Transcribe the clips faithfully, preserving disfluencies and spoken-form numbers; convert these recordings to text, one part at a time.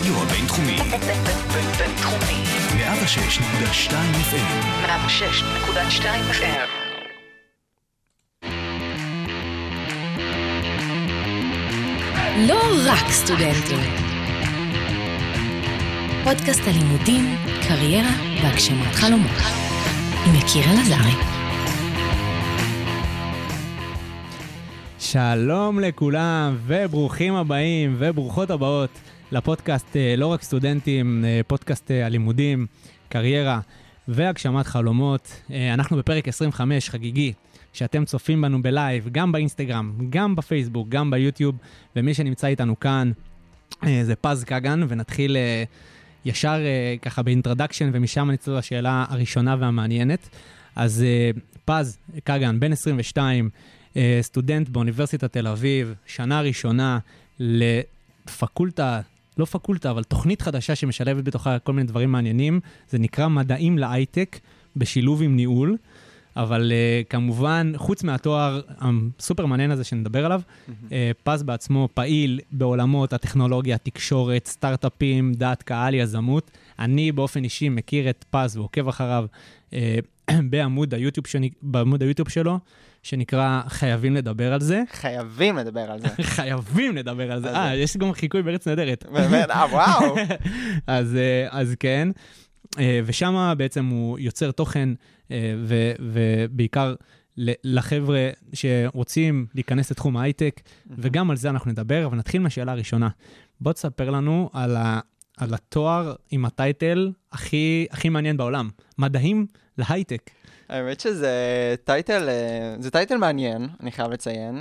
הרדיו הבינתחומי. בינתחומי. מאה ושש נקודה שתיים אף אם. מאה ושש נקודה שתיים אף אם. לא רק סטודנטים. פודקאסט הלימודים, קריירה והגשמת חלומות. עם יקיר אלעזרי. שלום לכולם וברוכים הבאים וברוכות הבאות לפודקאסט לא רק סטודנטים, פודקאסט הלימודים, קריירה והגשמת חלומות. אנחנו בפרק עשרים וחמש חגיגי, שאתם צופים בנו בלייב, גם באינסטגרם, גם בפייסבוק, גם ביוטיוב, ומי שנמצא איתנו כאן זה פז קגן, ונתחיל ישר ככה באינטרדקשן, ומשם נצלול לשאלה הראשונה והמעניינת. אז פז קגן, בן עשרים ושתיים, סטודנט באוניברסיטת תל אביב, שנה ראשונה לפקולטה, לא פקולטה, אבל תוכנית חדשה שמשלבת בתוכה כל מיני דברים מעניינים, זה נקרא מדעים להייטק, בשילוב עם ניהול, אבל uh, כמובן, חוץ מהתואר הסופר מעניין הזה שנדבר עליו, mm-hmm. uh, פז בעצמו פעיל בעולמות הטכנולוגיה, תקשורת, סטארט-אפים, דעת קהל, יזמות. אני באופן אישי מכיר את פז ועוקב אחריו uh, בעמוד היוטיוב, שני, בעמוד היוטיוב שלו, שנקרא חייבים לדבר על זה. חייבים לדבר על זה. חייבים לדבר על זה. אה, יש גם חיקוי בארץ נהדרת. באמת, אה, וואו. אז, אז כן. ושם בעצם הוא יוצר תוכן, ו, ובעיקר לחבר'ה שרוצים להיכנס לתחום ההייטק, וגם על זה אנחנו נדבר, אבל נתחיל מהשאלה הראשונה. בוא תספר לנו על, ה, על התואר עם הטייטל הכי, הכי מעניין בעולם. מדעים להייטק. האמת שזה טייטל, זה טייטל מעניין, אני חייב לציין.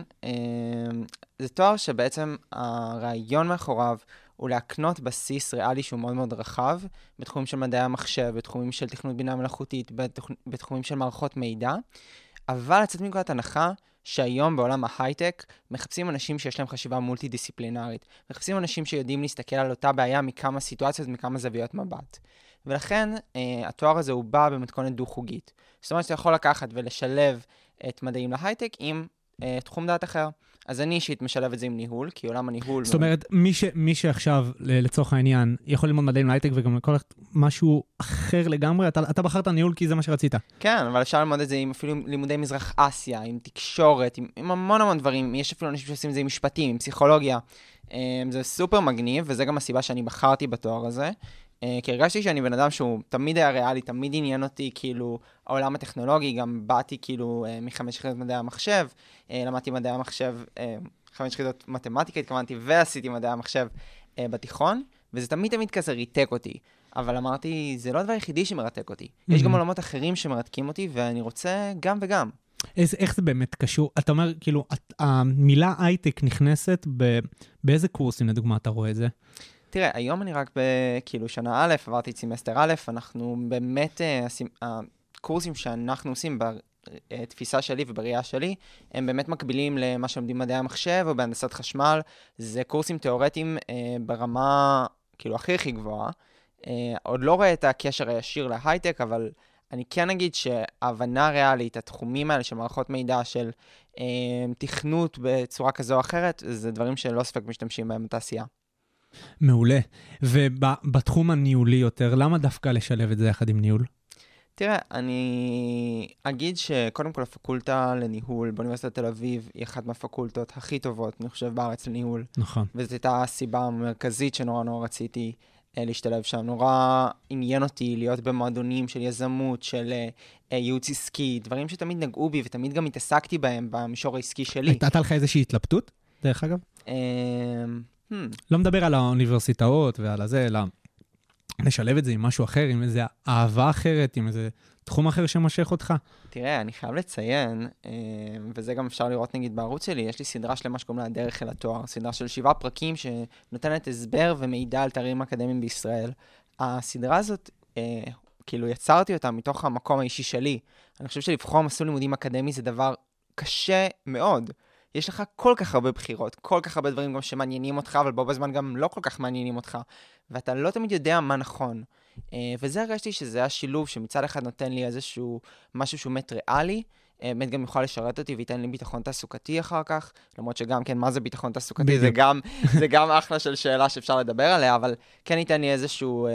זה תואר שבעצם הרעיון מאחוריו הוא להקנות בסיס ריאלי שהוא מאוד מאוד רחב, בתחומים של מדעי המחשב, בתחומים של תכנות בינה מלאכותית, בתחומים של מערכות מידע, אבל לצאת מנקודת הנחה שהיום בעולם ההייטק מחפשים אנשים שיש להם חשיבה מולטי-דיסציפלינרית, מחפשים אנשים שיודעים להסתכל על אותה בעיה מכמה סיטואציות, מכמה זוויות מבט. ולכן התואר הזה הוא בא במתכונת דו-חוגית. זאת אומרת שאתה יכול לקחת ולשלב את מדעים להייטק עם תחום דעת אחר. אז אני אישית משלב את זה עם ניהול, כי עולם הניהול... זאת אומרת, מי, ש, מי שעכשיו, לצורך העניין, יכול ללמוד מדעים להייטק וגם לכל משהו אחר לגמרי, אתה, אתה בחרת ניהול כי זה מה שרצית. כן, אבל אפשר ללמוד את זה עם אפילו לימודי מזרח אסיה, עם תקשורת, עם, עם המון המון דברים. יש אפילו אנשים שעושים את זה עם משפטים, עם פסיכולוגיה. זה סופר מגניב, וזה גם הסיבה שאני בחרתי בתואר הזה. כי הרגשתי שאני בן אדם שהוא תמיד היה ריאלי, תמיד עניין אותי, כאילו, העולם הטכנולוגי, גם באתי, כאילו, מחמש יחידות מדעי המחשב, למדתי מדעי המחשב, חמש יחידות מתמטיקה, התכוונתי, ועשיתי מדעי המחשב בתיכון, וזה תמיד תמיד כזה ריתק אותי. אבל אמרתי, זה לא הדבר היחידי שמרתק אותי. יש גם עולמות אחרים שמרתקים אותי, ואני רוצה גם וגם. איך זה באמת קשור? אתה אומר, כאילו, המילה הייטק נכנסת באיזה קורסים, לדוגמה, אתה רואה את זה? תראה, היום אני רק בכאילו שנה א', עברתי את סמסטר א', אנחנו באמת, הקורסים שאנחנו עושים בתפיסה שלי ובראייה שלי, הם באמת מקבילים למה שלומדים מדעי המחשב או בהנדסת חשמל. זה קורסים תיאורטיים ברמה כאילו הכי הכי גבוהה. עוד לא רואה את הקשר הישיר להייטק, אבל אני כן אגיד שההבנה ריאלית, התחומים האלה של מערכות מידע, של תכנות בצורה כזו או אחרת, זה דברים שלא ספק משתמשים בהם בתעשייה. מעולה. ובתחום הניהולי יותר, למה דווקא לשלב את זה יחד עם ניהול? תראה, אני אגיד שקודם כל הפקולטה לניהול באוניברסיטת תל אביב היא אחת מהפקולטות הכי טובות, אני חושב, בארץ לניהול. נכון. וזאת הייתה הסיבה המרכזית שנורא נורא רציתי להשתלב שם. נורא עניין אותי להיות במועדונים של יזמות, של ייעוץ עסקי, דברים שתמיד נגעו בי ותמיד גם התעסקתי בהם במישור העסקי שלי. הייתה לך איזושהי התלבטות, דרך אגב? Hmm. לא מדבר על האוניברסיטאות ועל הזה, אלא לשלב את זה עם משהו אחר, עם איזו אהבה אחרת, עם איזה תחום אחר שמשך אותך. תראה, אני חייב לציין, וזה גם אפשר לראות נגיד בערוץ שלי, יש לי סדרה שלמה שקוראים לה הדרך אל התואר, סדרה של שבעה פרקים שנותנת הסבר ומידע על תארים אקדמיים בישראל. הסדרה הזאת, כאילו יצרתי אותה מתוך המקום האישי שלי. אני חושב שלבחור מסלול לימודים אקדמי זה דבר קשה מאוד. יש לך כל כך הרבה בחירות, כל כך הרבה דברים גם שמעניינים אותך, אבל בו בזמן גם לא כל כך מעניינים אותך, ואתה לא תמיד יודע מה נכון. וזה הרגשתי שזה השילוב שמצד אחד נותן לי איזשהו משהו שהוא מת ריאלי, באמת גם יוכל לשרת אותי וייתן לי ביטחון תעסוקתי אחר כך, למרות שגם כן, מה זה ביטחון תעסוקתי? זה גם, זה גם אחלה של שאלה שאפשר לדבר עליה, אבל כן ייתן לי איזשהו,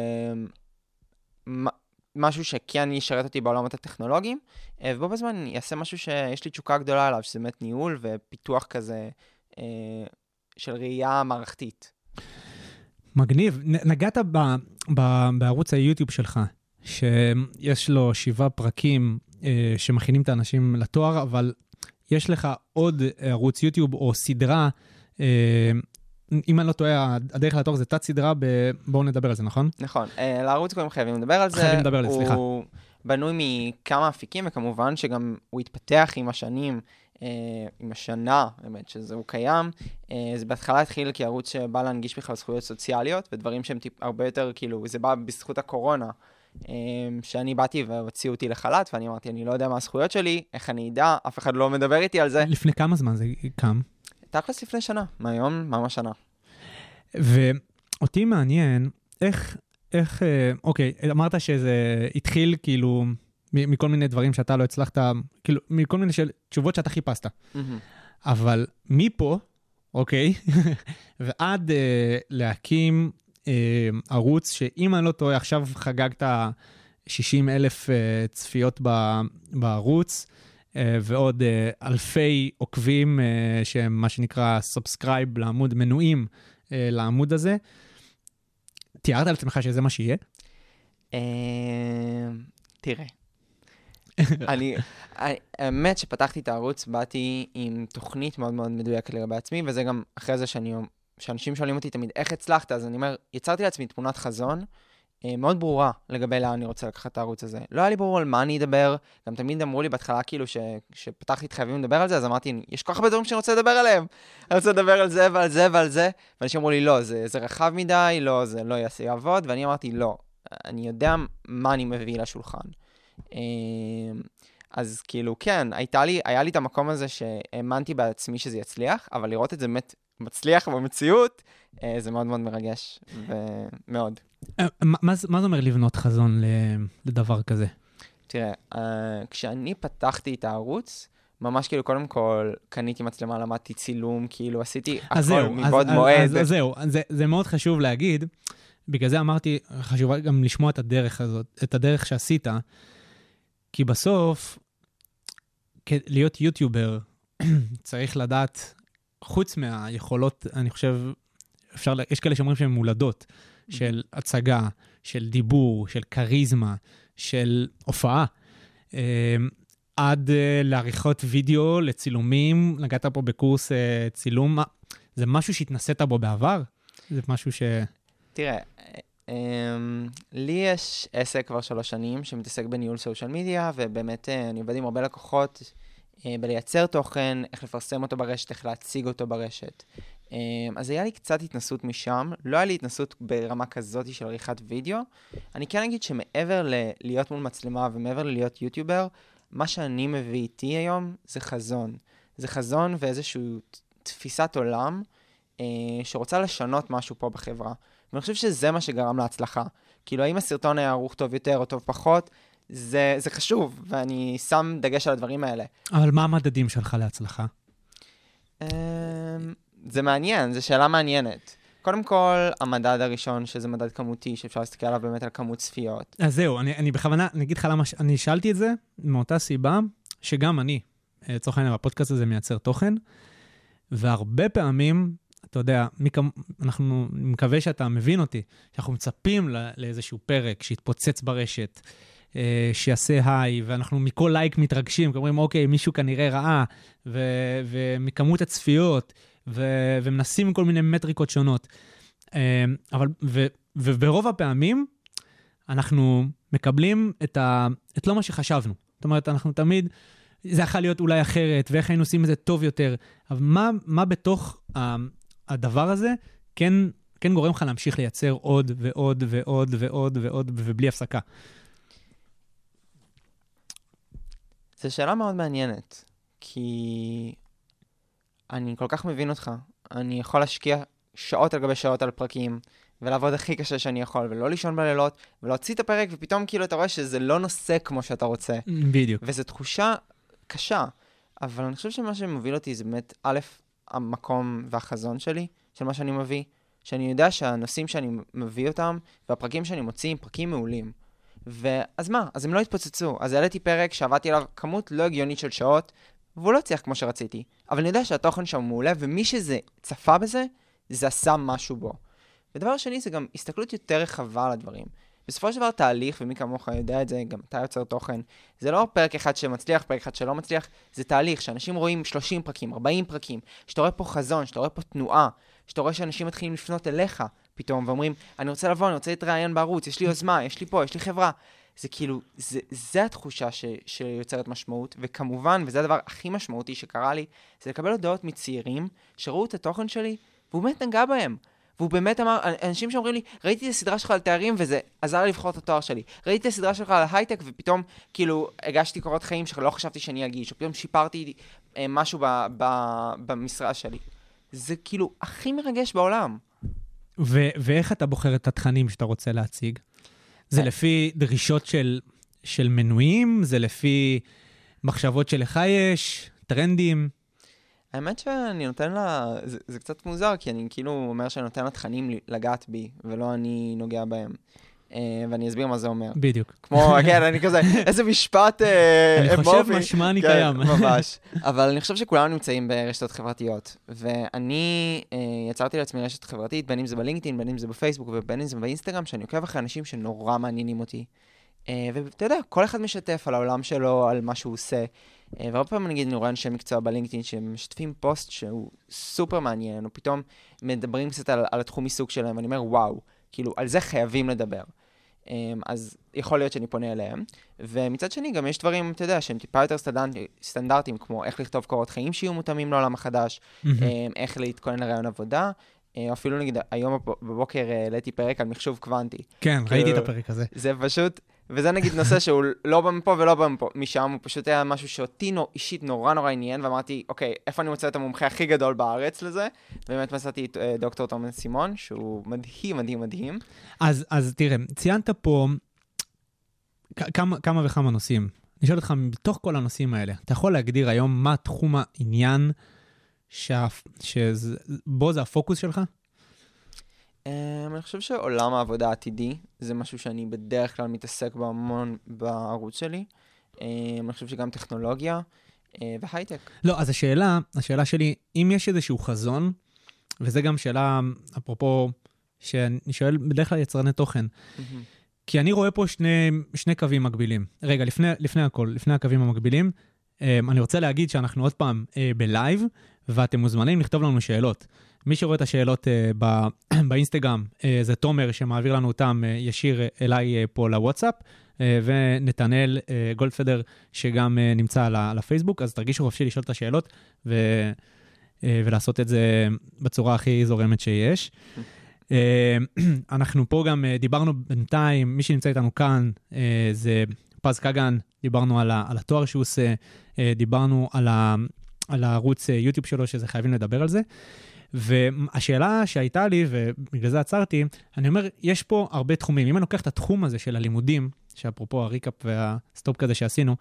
משהו שכן ישרת אותי בעולמות הטכנולוגיים, ובו בזמן יעשה משהו שיש לי תשוקה גדולה עליו, שזה באמת ניהול ופיתוח כזה של ראייה מערכתית. מגניב. נגעת ב, ב, בערוץ היוטיוב שלך, שיש לו שבעה פרקים אה, שמכינים את האנשים לתואר, אבל יש לך עוד ערוץ יוטיוב או סדרה, אה, אם אני לא טועה, הדרך לתואר זה תת סדרה, ב... בואו נדבר על זה, נכון? נכון. אה, לערוץ קודם חייבים לדבר על זה. חייבים לדבר על זה, סליחה. הוא בנוי מכמה אפיקים, וכמובן שגם הוא התפתח עם השנים, אה, עם השנה, באמת, שזה הוא קיים. אה, זה בהתחלה התחיל כערוץ שבא להנגיש בכלל זכויות סוציאליות, ודברים שהם טיפ, הרבה יותר, כאילו, זה בא בזכות הקורונה, אה, שאני באתי והוציאו אותי לחל"ת, ואני אמרתי, אני לא יודע מה הזכויות שלי, איך אני אדע, אף אחד לא מדבר איתי על זה. לפני כמה זמן זה קם? תכלס לפני שנה, מהיום, ממש שנה. ואותי מעניין, איך, איך, אוקיי, אמרת שזה התחיל כאילו מכל מיני דברים שאתה לא הצלחת, כאילו מכל מיני של, תשובות שאתה חיפשת. Mm-hmm. אבל מפה, אוקיי, ועד אה, להקים אה, ערוץ שאם אני לא טועה, עכשיו חגגת שישים אלף אה, צפיות ב, בערוץ, אה, ועוד אה, אלפי עוקבים אה, שהם מה שנקרא סאבסקרייב לעמוד, מנויים אה, לעמוד הזה. תיארת על עצמך שזה מה שיהיה? אה, תראה. אני, האמת שפתחתי את הערוץ, באתי עם תוכנית מאוד מאוד מדויקת לגבי עצמי, וזה גם אחרי זה שאני, שאנשים שואלים אותי תמיד, איך הצלחת? אז אני אומר, יצרתי לעצמי תמונת חזון, מאוד ברורה לגבי לאן אני רוצה לקחת את הערוץ הזה. לא היה לי ברור על מה אני אדבר, גם תמיד אמרו לי בהתחלה כאילו ש, שפתחתי את חייבים לדבר על זה, אז אמרתי, יש כל כך הרבה דברים שאני רוצה לדבר עליהם. אני רוצה לדבר על זה ועל זה ועל זה, ואנשים אמרו לי, לא, זה, זה רחב מדי, לא, זה לא יעשה יעבוד, ואני אמרתי, לא, אני יודע מה אני מביא לשולחן. אז כאילו, כן, הייתה לי, היה לי את המקום הזה שהאמנתי בעצמי שזה יצליח, אבל לראות את זה באמת מצליח במציאות, זה מאוד מאוד מרגש, ומאוד. מה זה אומר לבנות חזון לדבר כזה? תראה, כשאני פתחתי את הערוץ, ממש כאילו קודם כל קניתי מצלמה, למדתי צילום, כאילו עשיתי הכל מבעוד מועד. אז זהו, זה מאוד חשוב להגיד, בגלל זה אמרתי, חשוב גם לשמוע את הדרך הזאת, את הדרך שעשית, כי בסוף, להיות יוטיובר, צריך לדעת, חוץ מהיכולות, אני חושב, אפשר, יש כאלה שאומרים שהן מולדות, של הצגה, של דיבור, של קריזמה, של הופעה, עד לעריכות וידאו, לצילומים, נגעת פה בקורס צילום, זה משהו שהתנסית בו בעבר? זה משהו ש... תראה, לי יש עסק כבר שלוש שנים שמתעסק בניהול סושיאל מדיה, ובאמת אני עובד עם הרבה לקוחות בלייצר תוכן, איך לפרסם אותו ברשת, איך להציג אותו ברשת. אז היה לי קצת התנסות משם, לא היה לי התנסות ברמה כזאת של עריכת וידאו. אני כן אגיד שמעבר להיות מול מצלמה ומעבר להיות יוטיובר, מה שאני מביא איתי היום זה חזון. זה חזון ואיזושהי תפיסת עולם שרוצה לשנות משהו פה בחברה. ואני חושב שזה מה שגרם להצלחה. כאילו, האם הסרטון היה ערוך טוב יותר או טוב פחות, זה, זה חשוב, ואני שם דגש על הדברים האלה. אבל מה המדדים שלך להצלחה? זה מעניין, זו שאלה מעניינת. קודם כל, המדד הראשון, שזה מדד כמותי, שאפשר להסתכל עליו באמת על כמות צפיות. אז זהו, אני, אני בכוונה, נגיד לך למה, אני שאלתי את זה, מאותה סיבה, שגם אני, לצורך העניין, הפודקאסט הזה מייצר תוכן, והרבה פעמים, אתה יודע, אנחנו מקווה שאתה מבין אותי, שאנחנו מצפים לאיזשהו פרק שיתפוצץ ברשת, שיעשה היי, ואנחנו מכל לייק מתרגשים, אומרים, אוקיי, מישהו כנראה ראה, ו- ומכמות הצפיות, ו- ומנסים כל מיני מטריקות שונות. אבל, ו- וברוב הפעמים, אנחנו מקבלים את, ה- את לא מה שחשבנו. זאת אומרת, אנחנו תמיד, זה יכול להיות אולי אחרת, ואיך היינו עושים את זה טוב יותר, אבל מה, מה בתוך ה- הדבר הזה, כן, כן גורם לך להמשיך לייצר עוד ועוד ועוד ועוד ועוד, ובלי הפסקה. זו שאלה מאוד מעניינת, כי אני כל כך מבין אותך. אני יכול להשקיע שעות על גבי שעות על פרקים, ולעבוד הכי קשה שאני יכול, ולא לישון בלילות, ולהוציא את הפרק, ופתאום כאילו אתה רואה שזה לא נושא כמו שאתה רוצה. בדיוק. וזו תחושה קשה, אבל אני חושב שמה שמוביל אותי זה באמת, א', המקום והחזון שלי, של מה שאני מביא, שאני יודע שהנושאים שאני מביא אותם, והפרקים שאני מוציא הם פרקים מעולים. ואז מה? אז הם לא התפוצצו. אז העליתי פרק שעבדתי עליו כמות לא הגיונית של שעות, והוא לא הצליח כמו שרציתי. אבל אני יודע שהתוכן שם מעולה, ומי שזה צפה בזה, זה עשה משהו בו. ודבר שני, זה גם הסתכלות יותר רחבה על הדברים. בסופו של דבר תהליך, ומי כמוך יודע את זה, גם אתה יוצר תוכן, זה לא פרק אחד שמצליח, פרק אחד שלא מצליח, זה תהליך שאנשים רואים שלושים פרקים, ארבעים פרקים, שאתה רואה פה חזון, שאתה רואה פה תנועה, שאתה רואה שאנשים מתחילים לפנות אליך פתאום, ואומרים, אני רוצה לבוא, אני רוצה להתראיין בערוץ, יש לי יוזמה, יש לי פה, יש לי חברה. זה כאילו, זה, זה התחושה ש, שיוצרת משמעות, וכמובן, וזה הדבר הכי משמעותי שקרה לי, זה לקבל הודעות מצעירים שראו את התוכן שלי, והוא באמת נגע בהם. והוא באמת אמר, אנשים שאומרים לי, ראיתי את הסדרה שלך על תארים וזה עזר לי לבחור את התואר שלי. ראיתי את הסדרה שלך על הייטק ופתאום כאילו הגשתי קורות חיים שלא חשבתי שאני אגיש, או פתאום שיפרתי אה, משהו ב, ב, במשרה שלי. זה כאילו הכי מרגש בעולם. ו- ואיך אתה בוחר את התכנים שאתה רוצה להציג? זה לפי דרישות של, של מנויים? זה לפי מחשבות שלך יש? טרנדים? האמת שאני נותן לה, זה, זה קצת מוזר, כי אני כאילו אומר שאני נותן לה תכנים לגעת בי, ולא אני נוגע בהם. אה, ואני אסביר מה זה אומר. בדיוק. כמו, כן, אני כזה, איזה משפט אה, אני אמורפי. חושב משמע אני כן, קיים. ממש. אבל אני חושב שכולנו נמצאים ברשתות חברתיות, ואני אה, יצרתי לעצמי רשת חברתית, בין אם זה בלינקדאין, בין אם זה בפייסבוק, ובין אם זה באינסטגרם, שאני עוקב אחרי אנשים שנורא מעניינים אותי. אה, ואתה יודע, כל אחד משתף על העולם שלו, על מה שהוא עושה. והרבה פעמים נגיד אני רואה אנשי מקצוע בלינקדאין שמשתפים פוסט שהוא סופר מעניין, או פתאום מדברים קצת על, על התחום עיסוק שלהם, ואני אומר וואו, כאילו על זה חייבים לדבר. אז יכול להיות שאני פונה אליהם, ומצד שני גם יש דברים, אתה יודע, שהם טיפה יותר סטנדרטיים, כמו איך לכתוב קורות חיים שיהיו מותאמים לעולם החדש, איך להתכונן לרעיון עבודה, או אפילו נגיד היום בבוקר העליתי פרק על מחשוב קוונטי. כן, ראיתי את הפרק הזה. זה פשוט... וזה נגיד נושא שהוא לא בא מפה ולא בא מפה, משם הוא פשוט היה משהו שאותי נו, אישית נורא נורא עניין, ואמרתי, אוקיי, איפה אני מוצא את המומחה הכי גדול בארץ לזה? ובאמת מצאתי את אה, דוקטור תומר סימון, שהוא מדהים, מדהים, מדהים. אז, אז תראה, ציינת פה כ- כמה, כמה וכמה נושאים. אני שואל אותך, בתוך כל הנושאים האלה, אתה יכול להגדיר היום מה תחום העניין שה... שבו זה הפוקוס שלך? Um, אני חושב שעולם העבודה העתידי זה משהו שאני בדרך כלל מתעסק בו המון בערוץ שלי. Um, אני חושב שגם טכנולוגיה uh, והייטק. לא, אז השאלה, השאלה שלי, אם יש איזשהו חזון, וזה גם שאלה, אפרופו, שאני שואל בדרך כלל יצרני תוכן, mm-hmm. כי אני רואה פה שני, שני קווים מקבילים. רגע, לפני, לפני הכל, לפני הקווים המקבילים, um, אני רוצה להגיד שאנחנו עוד פעם uh, בלייב, ואתם מוזמנים לכתוב לנו שאלות. מי שרואה את השאלות uh, ב- באינסטגרם, uh, זה תומר שמעביר לנו אותם uh, ישיר uh, אליי uh, פה לוואטסאפ, uh, ונתנאל uh, גולדפדר שגם uh, נמצא על, על הפייסבוק, אז תרגישו חופשי לשאול את השאלות ו- uh, ולעשות את זה בצורה הכי זורמת שיש. uh, אנחנו פה גם uh, דיברנו בינתיים, מי שנמצא איתנו כאן uh, זה פז קגן, דיברנו על, ה- על התואר שהוא עושה, uh, דיברנו על, ה- על הערוץ uh, יוטיוב שלו, שזה חייבים לדבר על זה. והשאלה שהייתה לי, ובגלל זה עצרתי, אני אומר, יש פה הרבה תחומים. אם אני לוקח את התחום הזה של הלימודים, שאפרופו הריקאפ והסטופ כזה שעשינו,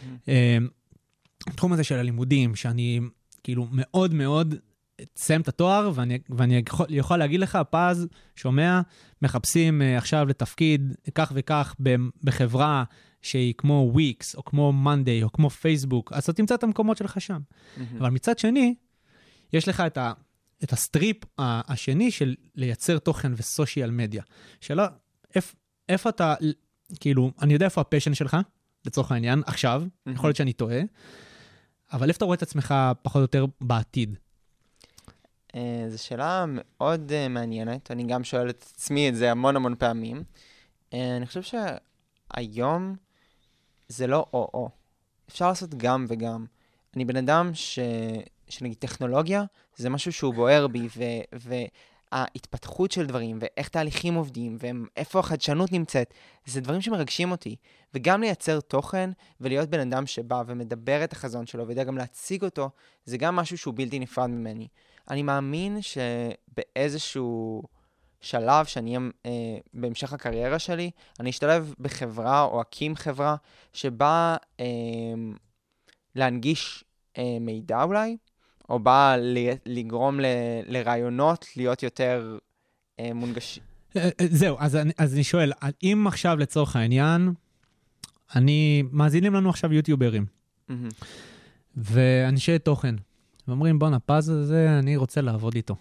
התחום הזה של הלימודים, שאני כאילו מאוד מאוד אסיים את התואר, ואני, ואני יכול, יכול להגיד לך, פז, שומע, מחפשים עכשיו לתפקיד כך וכך בחברה שהיא כמו וויקס, או כמו מונדיי, או כמו פייסבוק, אז אתה תמצא את המקומות שלך שם. אבל מצד שני, יש לך את ה... את הסטריפ השני של לייצר תוכן וסושיאל מדיה. שאלה, איפ, איפה אתה, כאילו, אני יודע איפה הפשן שלך, לצורך העניין, עכשיו, mm-hmm. יכול להיות שאני טועה, אבל איפה אתה רואה את עצמך פחות או יותר בעתיד? Uh, זו שאלה מאוד uh, מעניינת, אני גם שואל את עצמי את זה המון המון פעמים. Uh, אני חושב שהיום זה לא או-או. אפשר לעשות גם וגם. אני בן אדם ש... שנגיד טכנולוגיה, זה משהו שהוא בוער בי, ו- וההתפתחות של דברים, ואיך תהליכים עובדים, ואיפה החדשנות נמצאת, זה דברים שמרגשים אותי. וגם לייצר תוכן, ולהיות בן אדם שבא ומדבר את החזון שלו, וידע גם להציג אותו, זה גם משהו שהוא בלתי נפרד ממני. אני מאמין שבאיזשהו שלב שאני אהיה אה, בהמשך הקריירה שלי, אני אשתלב בחברה, או אקים חברה, שבה... אה, להנגיש אה, מידע אולי, או בא לגרום ל, לרעיונות להיות יותר אה, מונגשים. זהו, אז אני, אז אני שואל, אם עכשיו לצורך העניין, אני, מאזינים לנו עכשיו יוטיוברים, mm-hmm. ואנשי תוכן, ואומרים, בוא נפז הזה, אני רוצה לעבוד איתו.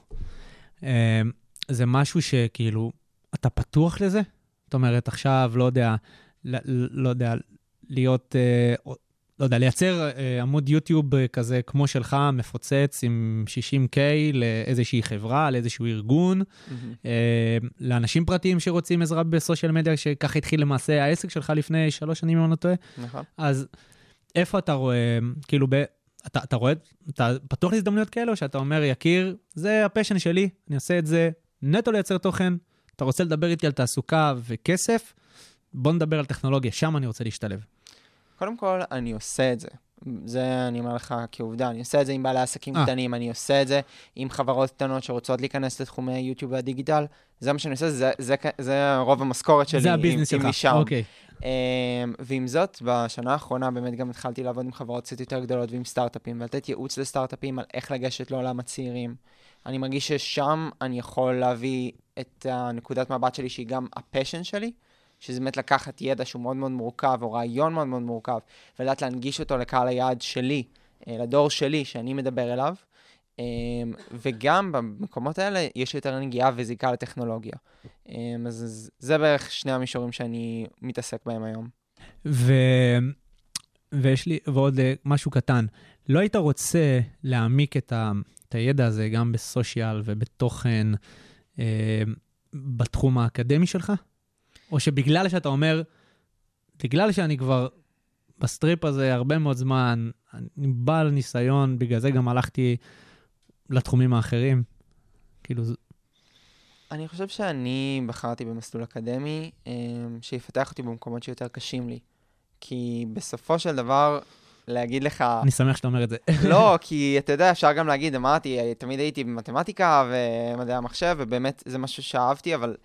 זה משהו שכאילו, אתה פתוח לזה? זאת אומרת, עכשיו, לא יודע, לא, לא יודע, להיות, לא יודע, לייצר עמוד יוטיוב כזה כמו שלך, מפוצץ עם שישים קיי לאיזושהי חברה, לאיזשהו ארגון, mm-hmm. לאנשים פרטיים שרוצים עזרה בסושיאל מדיה, שככה התחיל למעשה העסק שלך לפני שלוש שנים, אם אני לא טועה. נכון. אז איפה אתה רואה, כאילו, ב, אתה, אתה רואה, אתה פתוח להזדמנויות כאלה, או שאתה אומר, יקיר, זה הפשן שלי, אני עושה את זה, נטו לייצר תוכן, אתה רוצה לדבר איתי על תעסוקה וכסף, בוא נדבר על טכנולוגיה, שם אני רוצה להשתלב. קודם כל, אני עושה את זה. זה אני אומר לך כעובדה. אני עושה את זה עם בעלי עסקים 아. קטנים, אני עושה את זה עם חברות קטנות שרוצות להיכנס לתחומי יוטיוב והדיגיטל. זה מה שאני עושה, זה, זה, זה רוב המשכורת שלי. זה הביזנס שלך, אוקיי. Um, ועם זאת, בשנה האחרונה באמת גם התחלתי לעבוד עם חברות קצת יותר גדולות ועם סטארט-אפים, ולתת ייעוץ לסטארט-אפים על איך לגשת לעולם הצעירים. אני מרגיש ששם אני יכול להביא את הנקודת מבט שלי, שהיא גם הפשן שלי, שזה באמת לקחת ידע שהוא מאוד מאוד מורכב, או רעיון מאוד מאוד מורכב, ולדעת להנגיש אותו לקהל היעד שלי, לדור שלי, שאני מדבר אליו, וגם במקומות האלה יש יותר נגיעה וזיקה לטכנולוגיה. אז זה בערך שני המישורים שאני מתעסק בהם היום. ו... ויש לי, ועוד משהו קטן, לא היית רוצה להעמיק את, ה... את הידע הזה גם בסושיאל ובתוכן אה, בתחום האקדמי שלך? או שבגלל שאתה אומר, בגלל שאני כבר בסטריפ הזה הרבה מאוד זמן, אני בעל ניסיון, בגלל זה גם הלכתי לתחומים האחרים. כאילו... אני חושב שאני בחרתי במסלול אקדמי, שיפתח אותי במקומות שיותר קשים לי. כי בסופו של דבר, להגיד לך... אני שמח שאתה אומר את זה. לא, כי אתה יודע, אפשר גם להגיד, אמרתי, תמיד הייתי במתמטיקה ומדעי המחשב, ובאמת זה משהו שאהבתי, אבל...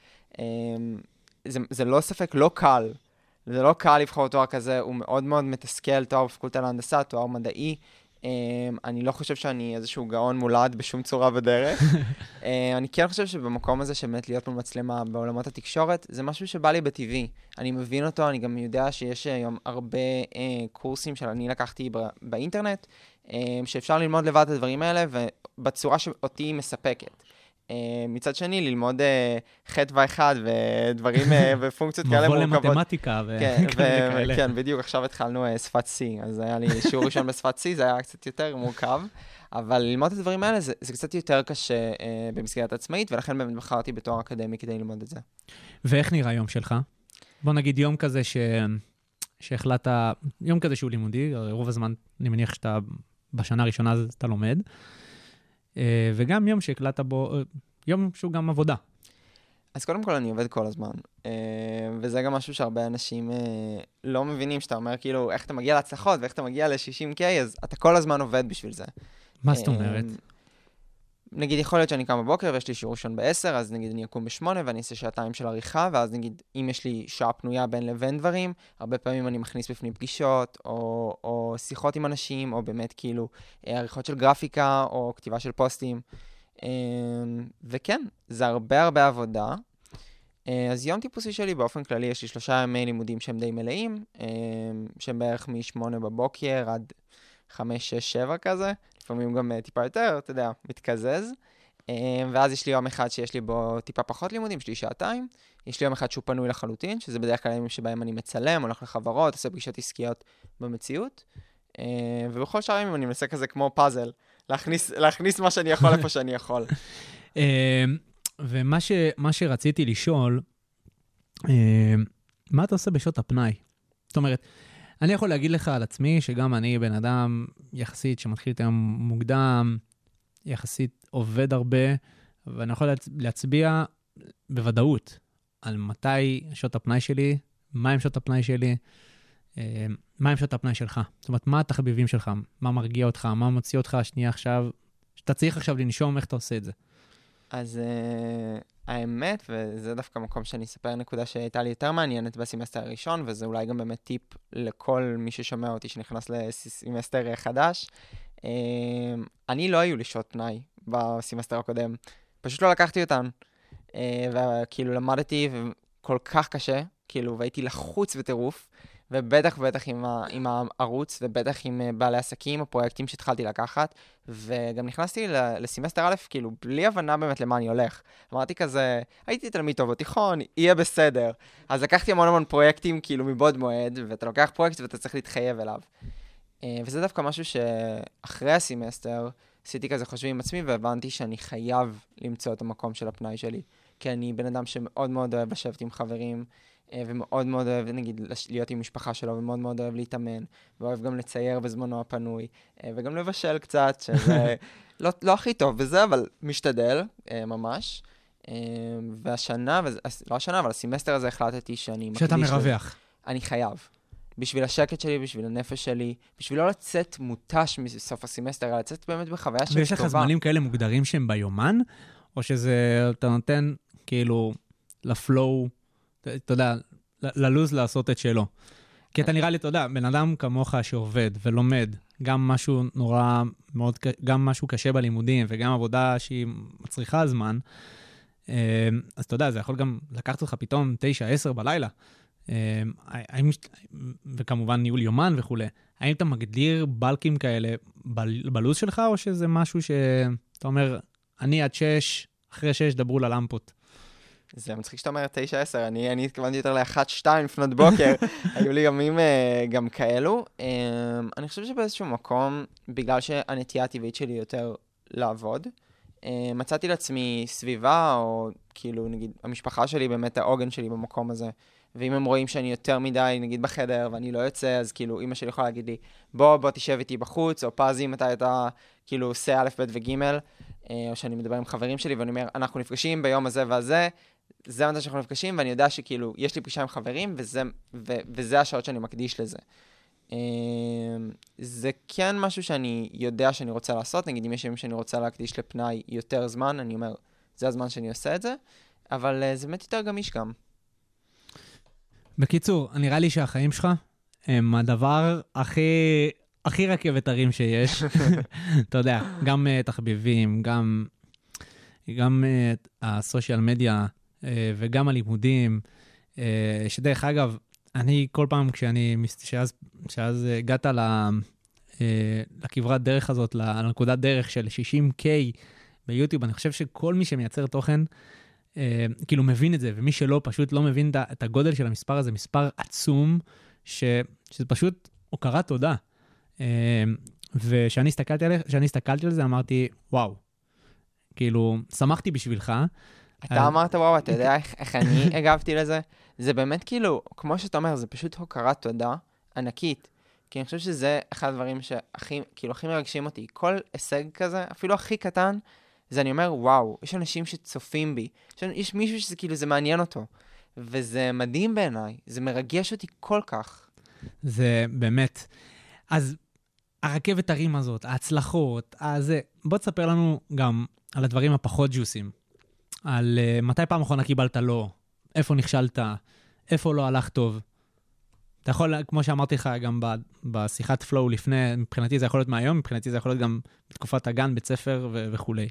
זה, זה לא ספק, לא קל. זה לא קל לבחור תואר כזה, הוא מאוד מאוד מתסכל, תואר בפקולטה להנדסה, תואר מדעי. אני לא חושב שאני איזשהו גאון מולד בשום צורה בדרך. אני כן חושב שבמקום הזה שבאמת להיות מול מצלמה בעולמות התקשורת, זה משהו שבא לי בטבעי. אני מבין אותו, אני גם יודע שיש היום הרבה קורסים שאני לקחתי באינטרנט, שאפשר ללמוד לבד את הדברים האלה, ובצורה שאותי מספקת. מצד שני, ללמוד חטא ואחד ודברים ופונקציות כאלה מורכבות. מבוא למתמטיקה וכאלה. כן, בדיוק עכשיו התחלנו שפת C, אז היה לי שיעור ראשון בשפת C, זה היה קצת יותר מורכב, אבל ללמוד את הדברים האלה זה קצת יותר קשה במסגרת עצמאית, ולכן באמת בחרתי בתואר אקדמי כדי ללמוד את זה. ואיך נראה יום שלך? בוא נגיד יום כזה שהחלטת, יום כזה שהוא לימודי, רוב הזמן אני מניח שאתה בשנה הראשונה אתה לומד, וגם יום שהקלטת בו, יום שהוא גם עבודה. אז קודם כל אני עובד כל הזמן, וזה גם משהו שהרבה אנשים לא מבינים, שאתה אומר כאילו איך אתה מגיע להצלחות ואיך אתה מגיע ל-שישים קיי, אז אתה כל הזמן עובד בשביל זה. מה זאת אומרת? נגיד יכול להיות שאני קם בבוקר ויש לי שיעור ראשון בעשר, אז נגיד אני אקום בשמונה ואני אעשה שעתיים של עריכה, ואז נגיד אם יש לי שעה פנויה בין לבין דברים, הרבה פעמים אני מכניס בפנים פגישות, או, או שיחות עם אנשים, או באמת כאילו עריכות של גרפיקה, או כתיבה של פוסטים. וכן, זה הרבה הרבה עבודה. אז יום טיפוסי שלי באופן כללי, יש לי שלושה ימי לימודים שהם די מלאים, שהם בערך משמונה בבוקר עד חמש, שש, שבע כזה. לפעמים גם טיפה יותר, אתה יודע, מתקזז. ואז יש לי יום אחד שיש לי בו טיפה פחות לימודים, יש לי שעתיים. יש לי יום אחד שהוא פנוי לחלוטין, שזה בדרך כלל ימים שבהם אני מצלם, הולך לחברות, עושה פגישות עסקיות במציאות. ובכל שאר ימים אני מנסה כזה כמו פאזל, להכניס, להכניס מה שאני יכול איפה שאני יכול. ומה ש, מה שרציתי לשאול, מה אתה עושה בשעות הפנאי? זאת אומרת, אני יכול להגיד לך על עצמי שגם אני בן אדם יחסית שמתחיל את היום מוקדם, יחסית עובד הרבה, ואני יכול להצביע בוודאות על מתי שעות הפנאי שלי, מה הם שעות הפנאי שלי, מה הם שעות הפנאי שלך. זאת אומרת, מה התחביבים שלך, מה מרגיע אותך, מה מוציא אותך שנייה עכשיו, שאתה צריך עכשיו לנשום, איך אתה עושה את זה? אז האמת, וזה דווקא מקום שאני אספר נקודה שהייתה לי יותר מעניינת בסמסטר הראשון, וזה אולי גם באמת טיפ לכל מי ששומע אותי שנכנס לסמסטר חדש. אני לא היו לי שעות פנאי בסמסטר הקודם, פשוט לא לקחתי אותן, וכאילו למדתי כל כך קשה, כאילו, והייתי לחוץ וטירוף, ובטח ובטח עם, ה, עם הערוץ, ובטח עם בעלי עסקים, הפרויקטים שהתחלתי לקחת, וגם נכנסתי לסמסטר א', כאילו, בלי הבנה באמת למה אני הולך. אמרתי כזה, הייתי תלמיד טוב בתיכון, יהיה בסדר. אז לקחתי המון המון פרויקטים, כאילו, מבעוד מועד, ואתה לוקח פרויקט ואתה צריך להתחייב אליו. וזה דווקא משהו שאחרי הסמסטר, עשיתי כזה חושבים עם עצמי, והבנתי שאני חייב למצוא את המקום של הפנאי שלי. כי אני בן אדם שמאוד מאוד אוהב לשבת עם חברים, ומאוד מאוד אוהב, נגיד, להיות עם משפחה שלו, ומאוד מאוד אוהב להתאמן, ואוהב גם לצייר בזמנו הפנוי, וגם לבשל קצת, שזה לא, לא הכי טוב בזה, אבל משתדל, ממש. והשנה, לא השנה, אבל הסמסטר הזה החלטתי שאני מקדיש... שאתה מרווח. אני חייב. בשביל השקט שלי, בשביל הנפש שלי, בשביל לא לצאת מוטש מסוף הסמסטר, אלא לצאת באמת בחוויה של טובה. ויש לך זמנים כאלה מוגדרים שהם ביומן, או שזה, אתה נותן, כאילו, לפלואו, אתה יודע, ללוז לעשות את שלו. כי אתה נראה לי, אתה יודע, בן אדם כמוך שעובד ולומד, גם משהו נורא מאוד, גם משהו קשה בלימודים, וגם עבודה שהיא מצריכה זמן, אז אתה יודע, זה יכול גם לקחת אותך פתאום תשע, עשר בלילה. האם, וכמובן ניהול יומן וכו'. האם אתה מגדיר בלקים כאלה בלוז שלך, או שזה משהו שאתה אומר, אני עד שש, אחרי שש דברו ללמפות? זה מצחיק שאתה אומר תשע עשר, אני, אני התכוונתי יותר לאחת שתיים לפנות בוקר, היו לי ימים גם כאלו. אני חושב שבאיזשהו מקום, בגלל שהנטייה הטבעית שלי יותר לעבוד, מצאתי לעצמי סביבה, או כאילו נגיד המשפחה שלי, באמת העוגן שלי במקום הזה, ואם הם רואים שאני יותר מדי, נגיד בחדר, ואני לא יוצא, אז כאילו אמא שלי יכולה להגיד לי, בוא, בוא תשב איתי בחוץ, או פזי מתי אתה כאילו עושה א', ב' וג', או שאני מדבר עם חברים שלי, ואני אומר, אנחנו נפגשים ביום הזה והזה, זה מתי שאנחנו נפגשים, ואני יודע שכאילו, יש לי פגישה עם חברים, וזה, ו, וזה השעות שאני מקדיש לזה. זה כן משהו שאני יודע שאני רוצה לעשות, נגיד אם יש ימים שאני רוצה להקדיש לפנאי יותר זמן, אני אומר, זה הזמן שאני עושה את זה, אבל זה באמת יותר גמיש גם. בקיצור, נראה לי שהחיים שלך הם הדבר הכי, הכי רכבת הרים שיש. אתה יודע, גם uh, תחביבים, גם, גם uh, הסושיאל מדיה, uh, וגם הלימודים, uh, שדרך אגב, אני כל פעם כשאני, שאז, שאז הגעת ל, uh, לכברת דרך הזאת, לנקודת דרך של שישים קיי ביוטיוב, אני חושב שכל מי שמייצר תוכן, Uh, כאילו מבין את זה, ומי שלא פשוט לא מבין את הגודל של המספר הזה, מספר עצום, ש, שזה פשוט הוקרת תודה. Uh, ושאני הסתכלתי על, שאני הסתכלתי על זה, אמרתי, וואו, כאילו, שמחתי בשבילך. אתה אמרת, וואו, אתה יודע איך, איך אני הגבתי לזה? זה באמת כאילו, כמו שאתה אומר, זה פשוט הוקרת תודה ענקית. כי אני חושב שזה אחד הדברים שהכי, כאילו, הכי מרגשים אותי. כל הישג כזה, אפילו הכי קטן, זה אני אומר, וואו, יש אנשים שצופים בי, יש, יש מישהו שזה כאילו, זה מעניין אותו, וזה מדהים בעיניי, זה מרגש אותי כל כך. זה באמת. אז הרכבת הרים הזאת, ההצלחות, הזה, בוא תספר לנו גם על הדברים הפחות ג'וסים, על uh, מתי פעם אחרונה קיבלת לא, איפה נכשלת, איפה לא הלך טוב. אתה יכול, כמו שאמרתי לך גם בשיחת פלואו לפני, מבחינתי זה יכול להיות מהיום, מבחינתי זה יכול להיות גם בתקופת הגן, בית ספר ו- וכולי.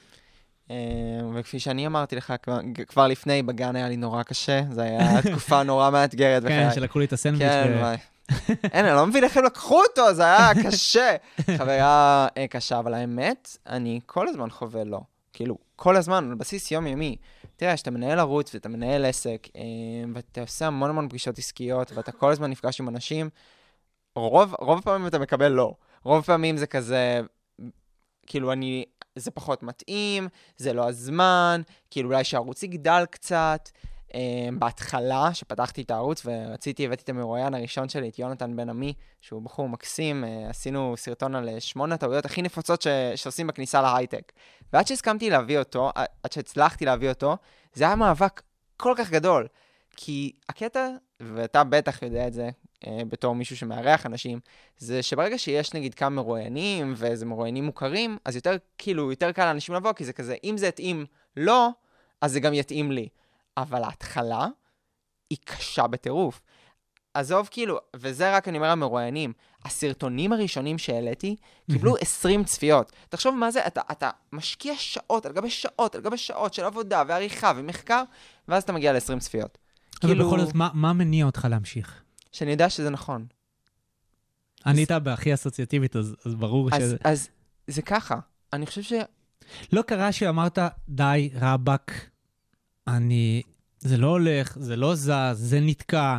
וכפי שאני אמרתי לך, כבר לפני, בגן היה לי נורא קשה, זה היה תקופה נורא מאתגרת. כן, שלקחו לי את הסנדוויץ'. כן, וואי. אין, אני לא מבין איך הם לקחו אותו, זה היה קשה. חוויה קשה, אבל האמת, אני כל הזמן חווה לא. כאילו, כל הזמן, על בסיס יומיומי. תראה, שאתה מנהל ערוץ ואתה מנהל עסק, ואתה עושה המון המון פגישות עסקיות, ואתה כל הזמן נפגש עם אנשים, רוב, רוב הפעמים אתה מקבל לא. רוב הפעמים זה כזה, כאילו אני, זה פחות מתאים, זה לא הזמן, כאילו אולי שהערוץ יגדל קצת. בהתחלה, שפתחתי את הערוץ ורציתי, הבאתי את המרואיין הראשון שלי, את יונתן בן עמי, שהוא בחור מקסים, עשינו סרטון על שמונה טעויות הכי נפוצות ש... שעושים בכניסה להייטק. ועד שהסכמתי להביא אותו, עד שהצלחתי להביא אותו, זה היה מאבק כל כך גדול. כי הקטע, ואתה בטח יודע את זה, בתור מישהו שמארח אנשים, זה שברגע שיש נגיד כמה מרואיינים, ואיזה מרואיינים מוכרים, אז יותר, כאילו, יותר קל לאנשים לבוא, כי זה כזה, אם זה התאים לא, אז זה גם יתאים לי. אבל ההתחלה היא קשה בטירוף. עזוב כאילו, וזה רק אני אומר המרואיינים, הסרטונים הראשונים שהעליתי קיבלו עשרים צפיות. תחשוב מה זה, אתה, אתה משקיע שעות על גבי שעות, על גבי שעות של עבודה ועריכה ומחקר, ואז אתה מגיע ל-עשרים צפיות. אבל כאילו, בכל זאת, מה, מה מניע אותך להמשיך? שאני יודע שזה נכון. אני איתה בהכי אסוציאטיבית, אז, אז ברור אז, שזה... אז זה ככה. אני חושב ש... לא קרה שאמרת, די, רבק, אני... זה לא הולך, זה לא זז, זה נתקע.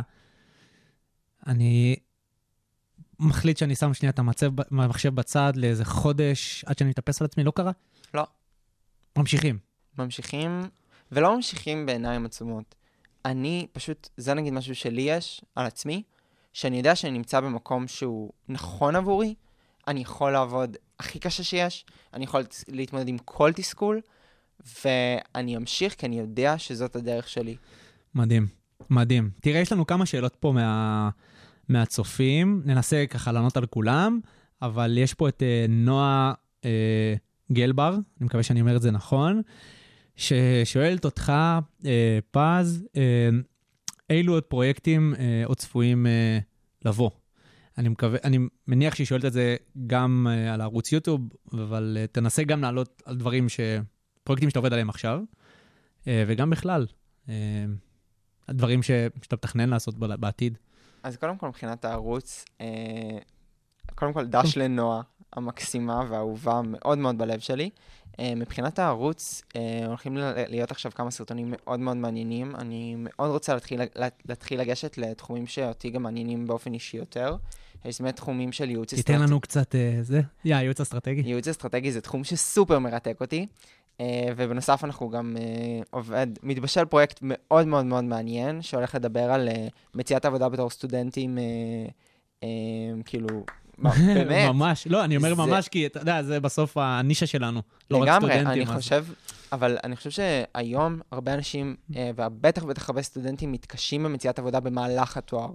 אני מחליט שאני שם שנייה את המצב, המחשב בצד לאיזה חודש, עד שאני מתאפס על עצמי, לא קרה? לא. ממשיכים. ממשיכים, ולא ממשיכים בעיניים עצומות. אני פשוט, זה נגיד משהו שלי יש על עצמי, שאני יודע שאני נמצא במקום שהוא נכון עבורי, אני יכול לעבוד הכי קשה שיש, אני יכול להתמודד עם כל תסכול, ואני אמשיך כי אני יודע שזאת הדרך שלי. מדהים, מדהים. תראה, יש לנו כמה שאלות פה מה... מהצופים, ננסה ככה לענות על כולם, אבל יש פה את uh, נועה uh, גלבר, אני מקווה שאני אומר את זה נכון, ששואלת אותך, uh, פז, uh, אילו עוד פרויקטים uh, עוד צפויים uh, לבוא? אני, מקווה, אני מניח שהיא שואלת את זה גם uh, על הערוץ יוטיוב, אבל uh, תנסה גם לעלות על דברים, ש... פרויקטים שאתה עובד עליהם עכשיו, uh, וגם בכלל, uh, הדברים ש... שאתה מתכנן לעשות בעתיד. אז קודם כל, מבחינת הערוץ, אה, קודם כל, דש לנועה, המקסימה והאהובה מאוד מאוד בלב שלי. אה, מבחינת הערוץ, אה, הולכים להיות עכשיו כמה סרטונים מאוד מאוד מעניינים. אני מאוד רוצה להתחיל, להתחיל לגשת לתחומים שאותי גם מעניינים באופן אישי יותר. יש באמת תחומים של ייעוץ אסטרטגי. תיתן לנו קצת, אה, זה? יא, ייעוץ אסטרטגי. ייעוץ אסטרטגי זה תחום שסופר מרתק אותי. Uh, ובנוסף אנחנו גם uh, עובד, מתבשל פרויקט מאוד מאוד מאוד מעניין, שהולך לדבר על uh, מציאת עבודה בתור סטודנטים, uh, uh, כאילו, באמת. ממש, לא, אני אומר זה... ממש, כי אתה יודע, זה בסוף הנישה שלנו, לא לגמרי, רק סטודנטים. אני אז... חושב, אבל אני חושב שהיום הרבה אנשים, uh, ובטח בטח הרבה סטודנטים, מתקשים במציאת עבודה במהלך התואר.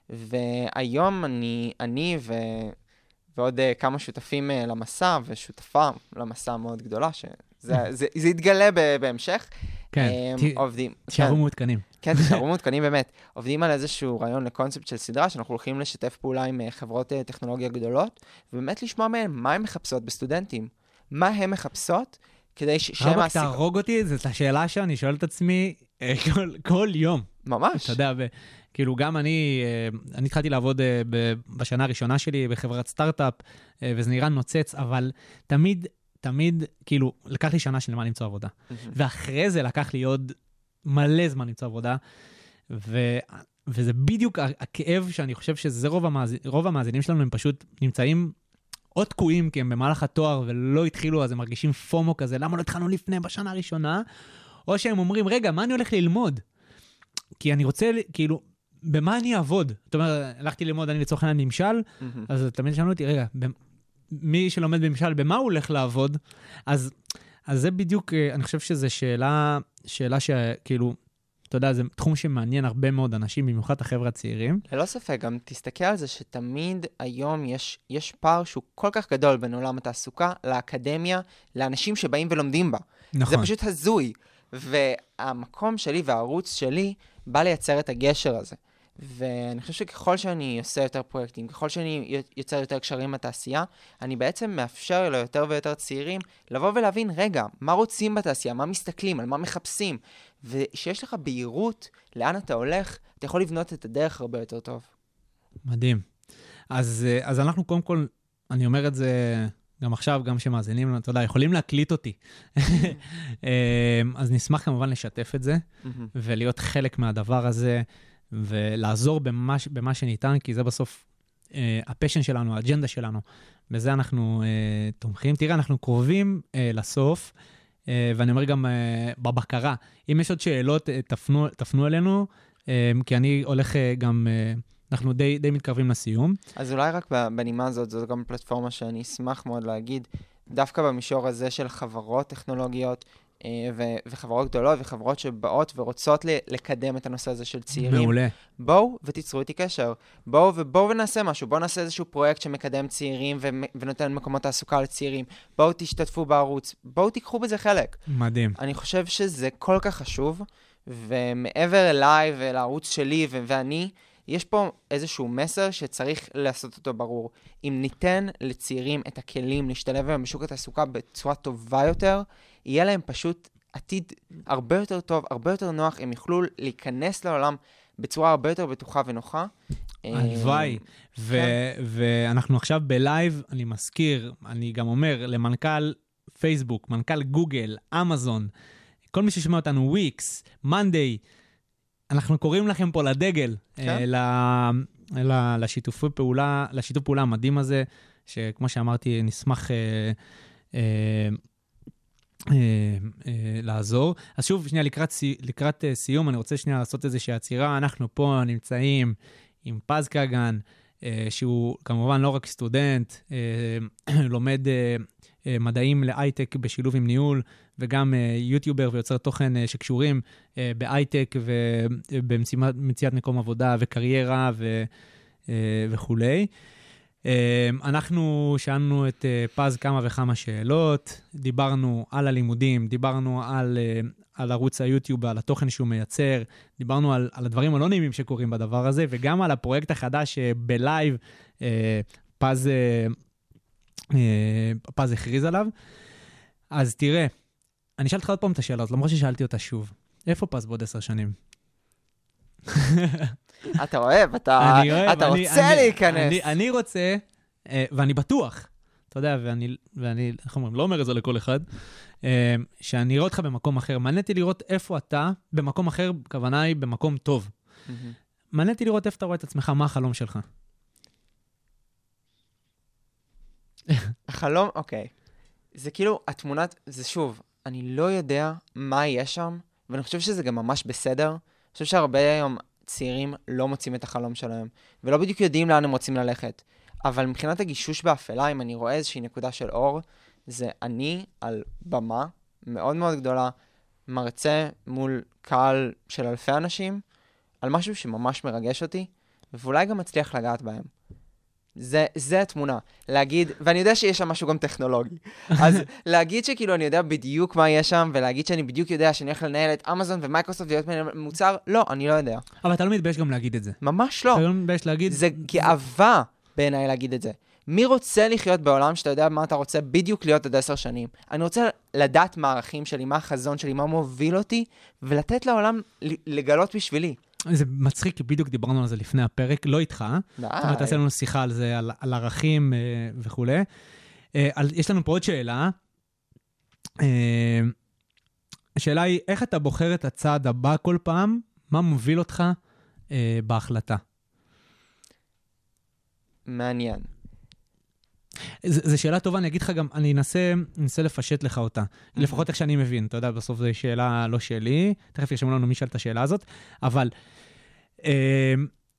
והיום אני, אני ו... ועוד uh, כמה שותפים uh, למסע, ושותפה למסע מאוד גדולה, ש... זה, זה, זה יתגלה בהמשך. כן, um, עובדים. תשארו מעודכנים. כן, תשארו מעודכנים באמת. עובדים על איזשהו רעיון לקונספט של סדרה, שאנחנו הולכים לשתף פעולה עם חברות טכנולוגיה גדולות, ובאמת לשמוע מהם מה הם מחפשות בסטודנטים. מה הם מחפשות כדי שהם... רבק, תהרוג אותי, זאת השאלה שאני שואל את עצמי כל, כל יום. ממש. אתה יודע, ו... כאילו גם אני, אני התחלתי לעבוד בשנה הראשונה שלי בחברת סטארט-אפ, וזה נראה נוצץ, אבל תמיד... תמיד, כאילו, לקח לי שנה שלמה למצוא עבודה. Mm-hmm. ואחרי זה לקח לי עוד מלא זמן למצוא עבודה, ו... וזה בדיוק הכאב שאני חושב שזה רוב, המאז... רוב המאזינים שלנו, הם פשוט נמצאים או תקועים, כי הם במהלך התואר ולא התחילו, אז הם מרגישים פומו כזה, למה לא התחלנו לפני בשנה הראשונה? או שהם אומרים, רגע, מה אני הולך ללמוד? כי אני רוצה, כאילו, במה אני אעבוד? זאת אומרת, הלכתי ללמוד, אני לצורך העניין ממשל, mm-hmm. אז תמיד שאלו אותי, רגע, מי שלומד במשל, במה הוא הולך לעבוד? אז, אז זה בדיוק, אני חושב שזו שאלה, שאלה שכאילו, אתה יודע, זה תחום שמעניין הרבה מאוד אנשים, במיוחד החבר'ה הצעירים. ללא ספק, גם תסתכל על זה שתמיד היום יש, יש פער שהוא כל כך גדול בין עולם התעסוקה לאקדמיה, לאנשים שבאים ולומדים בה. נכון. זה פשוט הזוי. והמקום שלי והערוץ שלי בא לייצר את הגשר הזה. ואני חושב שככל שאני עושה יותר פרויקטים, ככל שאני יוצר יותר קשרים בתעשייה, אני בעצם מאפשר ליותר ויותר צעירים לבוא ולהבין, רגע, מה רוצים בתעשייה, מה מסתכלים, על מה מחפשים, ושיש לך בהירות לאן אתה הולך, אתה יכול לבנות את הדרך הרבה יותר טוב. מדהים. אז, אז אנחנו קודם כל, אני אומר את זה גם עכשיו, גם שמאזינים, אתה יודע, יכולים להקליט אותי. אז נשמח כמובן לשתף את זה, ולהיות חלק מהדבר הזה, ולעזור במה, במה שניתן, כי זה בסוף אה, הפשן שלנו, האג'נדה שלנו. בזה אנחנו אה, תומכים. תראה, אנחנו קרובים אה, לסוף, אה, ואני אומר גם אה, בבקרה. אם יש עוד שאלות, אה, תפנו, תפנו אלינו, אה, כי אני הולך אה, גם, אה, אנחנו די, די מתקרבים לסיום. אז אולי רק בנימה הזאת, זו גם פלטפורמה שאני אשמח מאוד להגיד, דווקא במישור הזה של חברות טכנולוגיות, ו- וחברות גדולות וחברות שבאות ורוצות ל- לקדם את הנושא הזה של צעירים. מעולה. בואו ותיצרו איתי קשר. בואו ובואו ונעשה משהו. בואו נעשה איזשהו פרויקט שמקדם צעירים ו- ונותן מקומות תעסוקה לצעירים. בואו תשתתפו בערוץ. בואו תיקחו בזה חלק. מדהים. אני חושב שזה כל כך חשוב, ומעבר אליי ולערוץ שלי ו- ואני, יש פה איזשהו מסר שצריך לעשות אותו ברור. אם ניתן לצעירים את הכלים להשתלב בהם בשוק התעסוקה בצורה טובה יותר, יהיה להם פשוט עתיד הרבה יותר טוב, הרבה יותר נוח, הם יוכלו להיכנס לעולם בצורה הרבה יותר בטוחה ונוחה. הלוואי. ואנחנו עכשיו בלייב, אני מזכיר, אני גם אומר, למנכ"ל פייסבוק, מנכ"ל גוגל, אמזון, כל מי ששומע אותנו, וויקס, מנדיי, אנחנו קוראים לכם פה לדגל, לשיתוף פעולה, לשיתוף פעולה המדהים הזה, שכמו שאמרתי, נשמח לעזור. אז שוב, שנייה, לקראת סיום, אני רוצה שנייה לעשות איזושהי עצירה. אנחנו פה נמצאים עם פז קגן, שהוא כמובן לא רק סטודנט, לומד מדעים להייטק בשילוב עם ניהול, וגם יוטיובר ויוצר תוכן שקשורים בהייטק ובמציאת מקום עבודה וקריירה וכולי. אנחנו שאלנו את פז כמה וכמה שאלות, דיברנו על הלימודים, דיברנו על, על ערוץ היוטיוב, על התוכן שהוא מייצר, דיברנו על, על הדברים הלא נעימים שקורים בדבר הזה, וגם על הפרויקט החדש בלייב, פז, פז הכריז עליו. אז תראה, אני שאלתי לך עוד פעם את השאלה, למרות ששאלתי אותה שוב. איפה פז בעוד עשר שנים? אתה אוהב, אתה, אתה רוצה להיכנס. אני רוצה, ואני בטוח, אתה יודע, ואני, ואני, איך אומרים, לא אומר את זה לכל אחד, שאני אראה אותך במקום אחר. מעניתי לראות איפה אתה, במקום אחר, כוונה היא במקום טוב. מעניתי לראות איפה אתה רואה את עצמך, מה החלום שלך. החלום, אוקיי. זה כאילו, התמונת, זה שוב, אני לא יודע מה יהיה שם, ואני חושב שזה גם ממש בסדר. אני חושב שהרבה היום צעירים לא מוצאים את החלום שלהם, ולא בדיוק יודעים לאן הם רוצים ללכת. אבל מבחינת הגישוש באפלה, אם אני רואה איזושהי נקודה של אור, זה אני על במה מאוד מאוד גדולה, מרצה מול קהל של אלפי אנשים, על משהו שממש מרגש אותי, ואולי גם מצליח לגעת בהם. זה, זה התמונה. להגיד, ואני יודע שיש שם משהו גם טכנולוגי. אז להגיד שכאילו אני יודע בדיוק מה יש שם, ולהגיד שאני בדיוק יודע שאני הולך לנהל את אמזון ומייקרוסופט להיות מוצר, לא, אני לא יודע. אבל אתה לא מתבייש גם להגיד את זה. ממש לא. אתה לא מתבייש להגיד... זה גאווה בעיניי להגיד את זה. מי רוצה לחיות בעולם שאתה יודע מה אתה רוצה בדיוק להיות עד עשר שנים? אני רוצה לדעת מה הערכים שלי, מה החזון שלי, מה מוביל אותי, ולתת לעולם לגלות בשבילי. זה מצחיק, כי בדיוק דיברנו על זה לפני הפרק, לא איתך. די. זאת אומרת, עשינו שיחה על זה, על, על ערכים וכו'. יש לנו פה עוד שאלה. השאלה היא, איך אתה בוחר את הצעד הבא כל פעם? מה מוביל אותך בהחלטה? מעניין. זו שאלה טובה, אני אגיד לך גם, אני אנסה, אנסה לפשט לך אותה. לפחות איך שאני מבין, אתה יודע, בסוף זו שאלה לא שלי, תכף ישמעו לנו מי שאל את השאלה הזאת, אבל אה,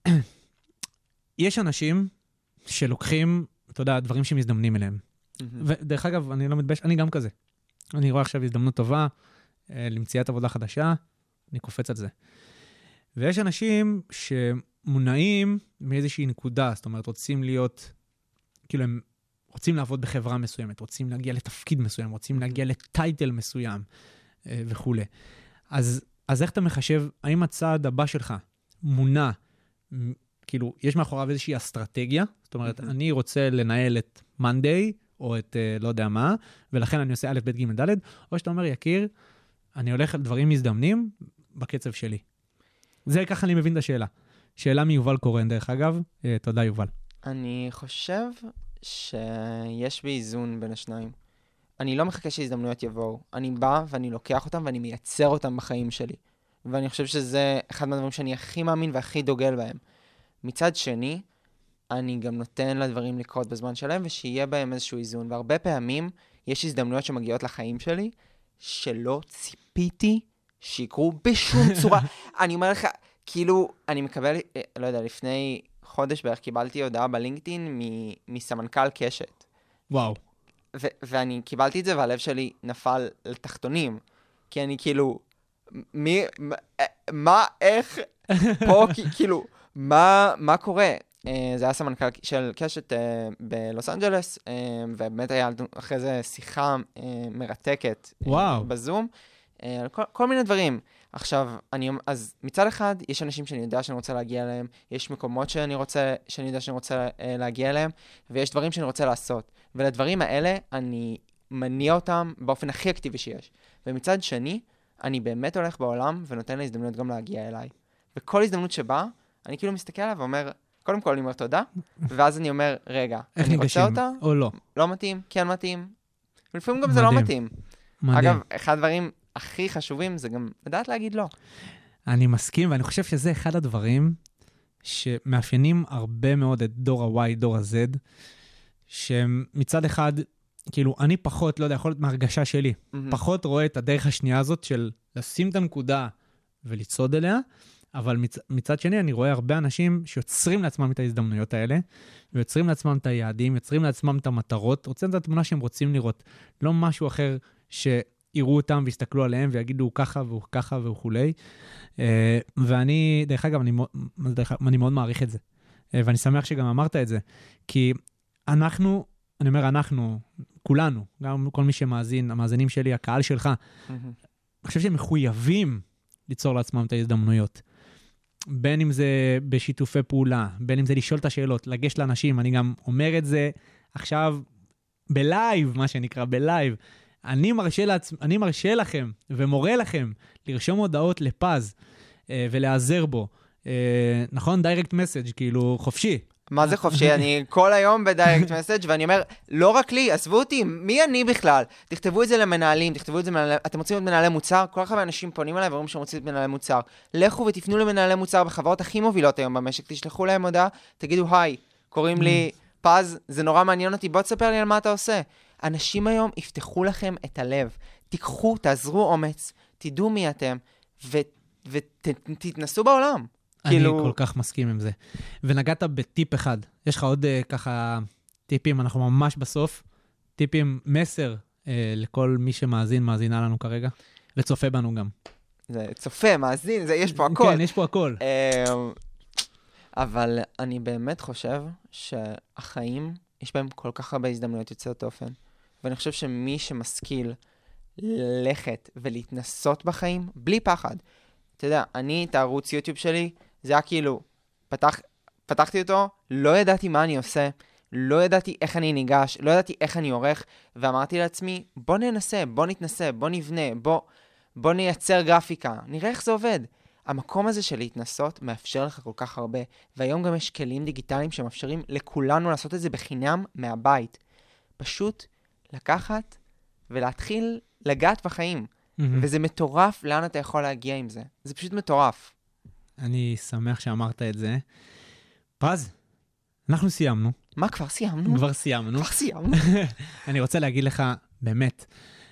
יש אנשים שלוקחים, אתה יודע, דברים שמזדמנים אליהם. ודרך אגב, אני לא מתבייש, אני גם כזה. אני רואה עכשיו הזדמנות טובה, אה, למציאת עבודה חדשה, אני קופץ על זה. ויש אנשים שמונעים מאיזושהי נקודה, זאת אומרת, רוצים להיות, כאילו הם רוצים לעבוד בחברה מסוימת, רוצים להגיע לתפקיד מסוים, רוצים להגיע לטייטל מסוים וכו'. אז, אז איך אתה מחשב, האם הצעד הבא שלך מונע, כאילו, יש מאחוריו איזושהי אסטרטגיה, זאת אומרת, mm-hmm. אני רוצה לנהל את מנדיי, או את לא יודע מה, ולכן אני עושה א', ב', ג', ד', או שאתה אומר, יקיר, אני הולך על דברים מזדמנים בקצב שלי. זה ככה אני מבין את השאלה. שאלה מיובל קורן, דרך אגב. תודה, יובל. אני חושב שיש בי איזון בין השניים. אני לא מחכה שהזדמנויות יבואו. אני בא ואני לוקח אותם ואני מייצר אותם בחיים שלי. ואני חושב שזה אחד מהדברים שאני הכי מאמין והכי דוגל בהם. מצד שני, אני גם נותן לדברים לקרות בזמן שלהם ושיהיה בהם איזשהו איזון. והרבה פעמים יש הזדמנויות שמגיעות לחיים שלי שלא ציפיתי שיקרו בשום צורה. אני אומר לך, כאילו, אני מקבל, לא יודע, לפני חודש בערך קיבלתי הודעה בלינקדאין מסמנכ"ל קשת. וואו. ו- ואני קיבלתי את זה והלב שלי נפל לתחתונים. כי אני כאילו, מי, מה, איך, פה, כאילו, מה, מה קורה? זה היה סמנכ"ל של קשת בלוס אנג'לס, ובאמת היה אחרי זה שיחה מרתקת בזום, כל, כל מיני דברים. עכשיו, אני, אז מצד אחד, יש אנשים שאני יודע שאני רוצה להגיע אליהם, יש מקומות שאני רוצה, שאני יודע שאני רוצה להגיע אליהם, ויש דברים שאני רוצה לעשות. ולדברים האלה, אני מניע אותם באופן הכי אקטיבי שיש. ומצד שני, אני באמת הולך בעולם ונותן לה הזדמנות גם להגיע אליי. וכל הזדמנות שבאה, אני כאילו מסתכל עליו ואומר, קודם כל אני אומר תודה, ואז אני אומר, רגע, אני רוצה אותה? או לא? לא מתאים, כן מתאים. ולפעמים גם זה לא מתאים. אגב, אחד הדברים הכי חשובים זה גם לדעת להגיד לא. אני מסכים, ואני חושב שזה אחד הדברים שמאפיינים הרבה מאוד את דור ה-Y, דור ה-Z, שמצד אחד, כאילו, אני פחות, לא יודע, יכול להיות מהרגשה שלי, פחות רואה את הדרך השנייה הזאת של לשים את הנקודה ולצעוד אליה, אבל מצ... מצד שני אני רואה הרבה אנשים שיוצרים לעצמם את ההזדמנויות האלה, ויוצרים לעצמם את היעדים, יוצרים לעצמם את המטרות, רוצים את התמונה שהם רוצים לראות, לא משהו אחר שיראו אותם ויסתכלו עליהם ויגידו ככה והוא ככה והוא חולי. ואני, דרך אגב, אני, דרך, אני מאוד מעריך את זה. ואני שמח שגם אמרת את זה, כי אנחנו, אני אומר אנחנו, כולנו, גם כל מי שמאזין, המאזינים שלי, הקהל שלך, אני חושב שהם מחויבים ליצור לעצמם את ההזדמנויות. בין אם זה בשיתופי פעולה, בין אם זה לשאול את השאלות, לגש לאנשים, אני גם אומר את זה עכשיו בלייב, מה שנקרא בלייב. אני מרשה, לעצ... אני מרשה לכם ומורה לכם לרשום הודעות לפז אה, ולעזר בו. אה, נכון? דיירקט מסאג' כאילו חופשי. מה זה חופשי? אני כל היום בדיירקט מסאג' ואני אומר, לא רק לי, עזבו אותי, מי אני בכלל? תכתבו את זה למנהלים, תכתבו את זה למנהלי, אתם רוצים להיות מנהלי מוצר? כל כך הרבה אנשים פונים אליי ואומרים שהם רוצים להיות מנהלי מוצר. לכו ותפנו למנהלי מוצר בחברות הכי מובילות היום במשק, תשלחו להם הודעה, תגידו, היי, קוראים לי פז, זה נורא מעניין אותי, בוא תספר לי על מה אתה עושה. אנשים היום יפתחו לכם את הלב, תיקחו, תעזרו אומץ, תדעו מי אתם, ותתנסו בעולם. אני כאילו... כל כך מסכים עם זה. ונגעת בטיפ אחד. יש לך עוד uh, ככה טיפים, אנחנו ממש בסוף. טיפים, מסר uh, לכל מי שמאזין, מאזינה לנו כרגע. וצופה בנו גם. זה צופה, מאזין, זה, יש פה הכל. כן, יש פה הכל. Uh, אבל אני באמת חושב שהחיים, יש בהם כל כך הרבה הזדמנויות יוצאות אופן. ואני חושב שמי שמשכיל ללכת ולהתנסות בחיים, בלי פחד. אתה יודע, אני, את הערוץ יוטיוב שלי, זה היה כאילו, פתח, פתחתי אותו, לא ידעתי מה אני עושה, לא ידעתי איך אני ניגש, לא ידעתי איך אני עורך, ואמרתי לעצמי, בוא ננסה, בוא נתנסה, בוא נבנה, בוא, בוא נייצר גרפיקה, נראה איך זה עובד. המקום הזה של להתנסות מאפשר לך כל כך הרבה, והיום גם יש כלים דיגיטליים שמאפשרים לכולנו לעשות את זה בחינם מהבית. פשוט לקחת ולהתחיל לגעת בחיים. Mm-hmm. וזה מטורף לאן אתה יכול להגיע עם זה. זה פשוט מטורף. אני שמח שאמרת את זה. פז, אנחנו סיימנו. מה, כבר סיימנו? כבר סיימנו. כבר סיימנו. אני רוצה להגיד לך, באמת,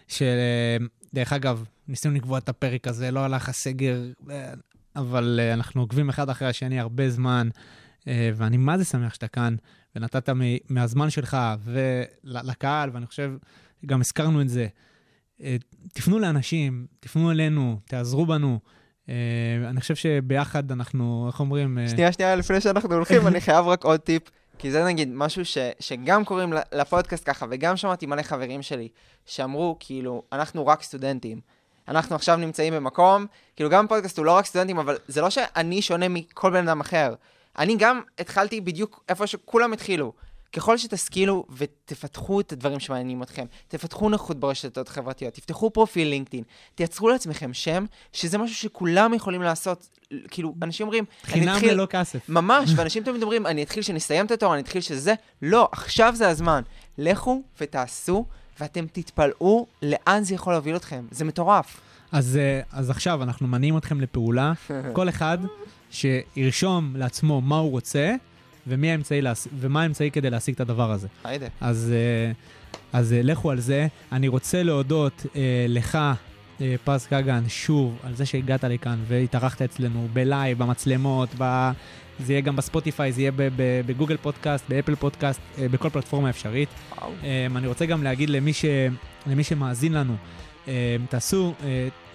שדרך אגב, ניסינו לקבוע את הפרק הזה, לא הלך הסגר, אבל אנחנו עוקבים אחד אחרי השני הרבה זמן, ואני מה זה שמח שאתה כאן, ונתת מהזמן שלך ולקהל, ואני חושב, גם הזכרנו את זה, תפנו לאנשים, תפנו אלינו, תעזרו בנו. אני חושב שביחד אנחנו, איך אומרים... שנייה, שנייה, לפני שאנחנו הולכים, אני חייב רק עוד טיפ, כי זה נגיד משהו ש, שגם קוראים לפודקאסט ככה, וגם שמעתי מלא חברים שלי, שאמרו, כאילו, אנחנו רק סטודנטים. אנחנו עכשיו נמצאים במקום, כאילו גם פודקאסט הוא לא רק סטודנטים, אבל זה לא שאני שונה מכל בן אדם אחר. אני גם התחלתי בדיוק איפה שכולם התחילו. ככל שתשכילו ותפתחו את הדברים שמעניינים אתכם, תפתחו נוחות ברשתות חברתיות, תפתחו פרופיל לינקדאין, תייצרו לעצמכם שם, שזה משהו שכולם יכולים לעשות. כאילו, אנשים אומרים... חינם ללא כסף. ממש, ואנשים תמיד אומרים, אני אתחיל שנסיים את התואר, אני אתחיל שזה. לא, עכשיו זה הזמן. לכו ותעשו, ואתם תתפלאו לאן זה יכול להוביל אתכם. זה מטורף. אז, אז עכשיו אנחנו מניעים אתכם לפעולה. כל אחד שירשום לעצמו מה הוא רוצה, ומי האמצעי להס... ומה האמצעי כדי להשיג את הדבר הזה. היידה. אז, אז לכו על זה. אני רוצה להודות לך, פז קגן, שוב, על זה שהגעת לכאן והתארחת אצלנו בלייב, במצלמות, ב... זה יהיה גם בספוטיפיי, זה יהיה בגוגל פודקאסט, באפל פודקאסט, בכל פלטפורמה אפשרית. וואו. אני רוצה גם להגיד למי, ש... למי שמאזין לנו, תעשו,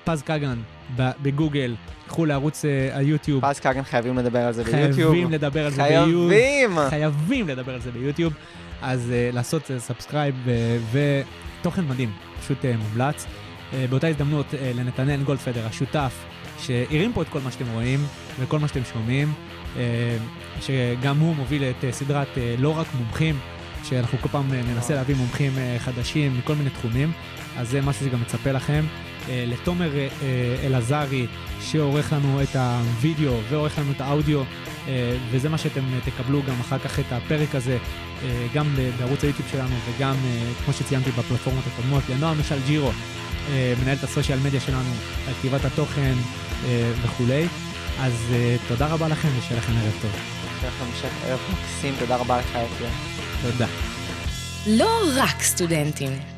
פז קגן בגוגל, תלכו לערוץ היוטיוב. פז קגן חייבים לדבר על זה ביוטיוב. חייבים לדבר על זה ביוטיוב. חייבים! חייבים לדבר על זה ביוטיוב. אז לעשות סאבסקרייב ותוכן מדהים, פשוט מומלץ. באותה הזדמנות לנתנאל גולדפדר, השותף, שהרים פה את כל מה שאתם רואים וכל מה שאתם שומעים, שגם הוא מוביל את סדרת לא רק מומחים, שאנחנו כל פעם ננסה להביא מומחים חדשים מכל מיני תחומים, אז זה משהו שגם מצפה לכם. לתומר אלעזרי, שעורך לנו את הוידאו ועורך לנו את האודיו, וזה מה שאתם תקבלו גם אחר כך את הפרק הזה, גם בערוץ היוטיוב שלנו וגם, כמו שציינתי, בפלטפורמות הקודמות. לנועם משל ג'ירו, מנהלת הסושיאל מדיה שלנו, על כתיבת התוכן וכולי. אז תודה רבה לכם ושיהיה לכם ערב טוב. שיהיה לכם המשך ערב מקסים, תודה רבה לך יפי. תודה. לא רק סטודנטים.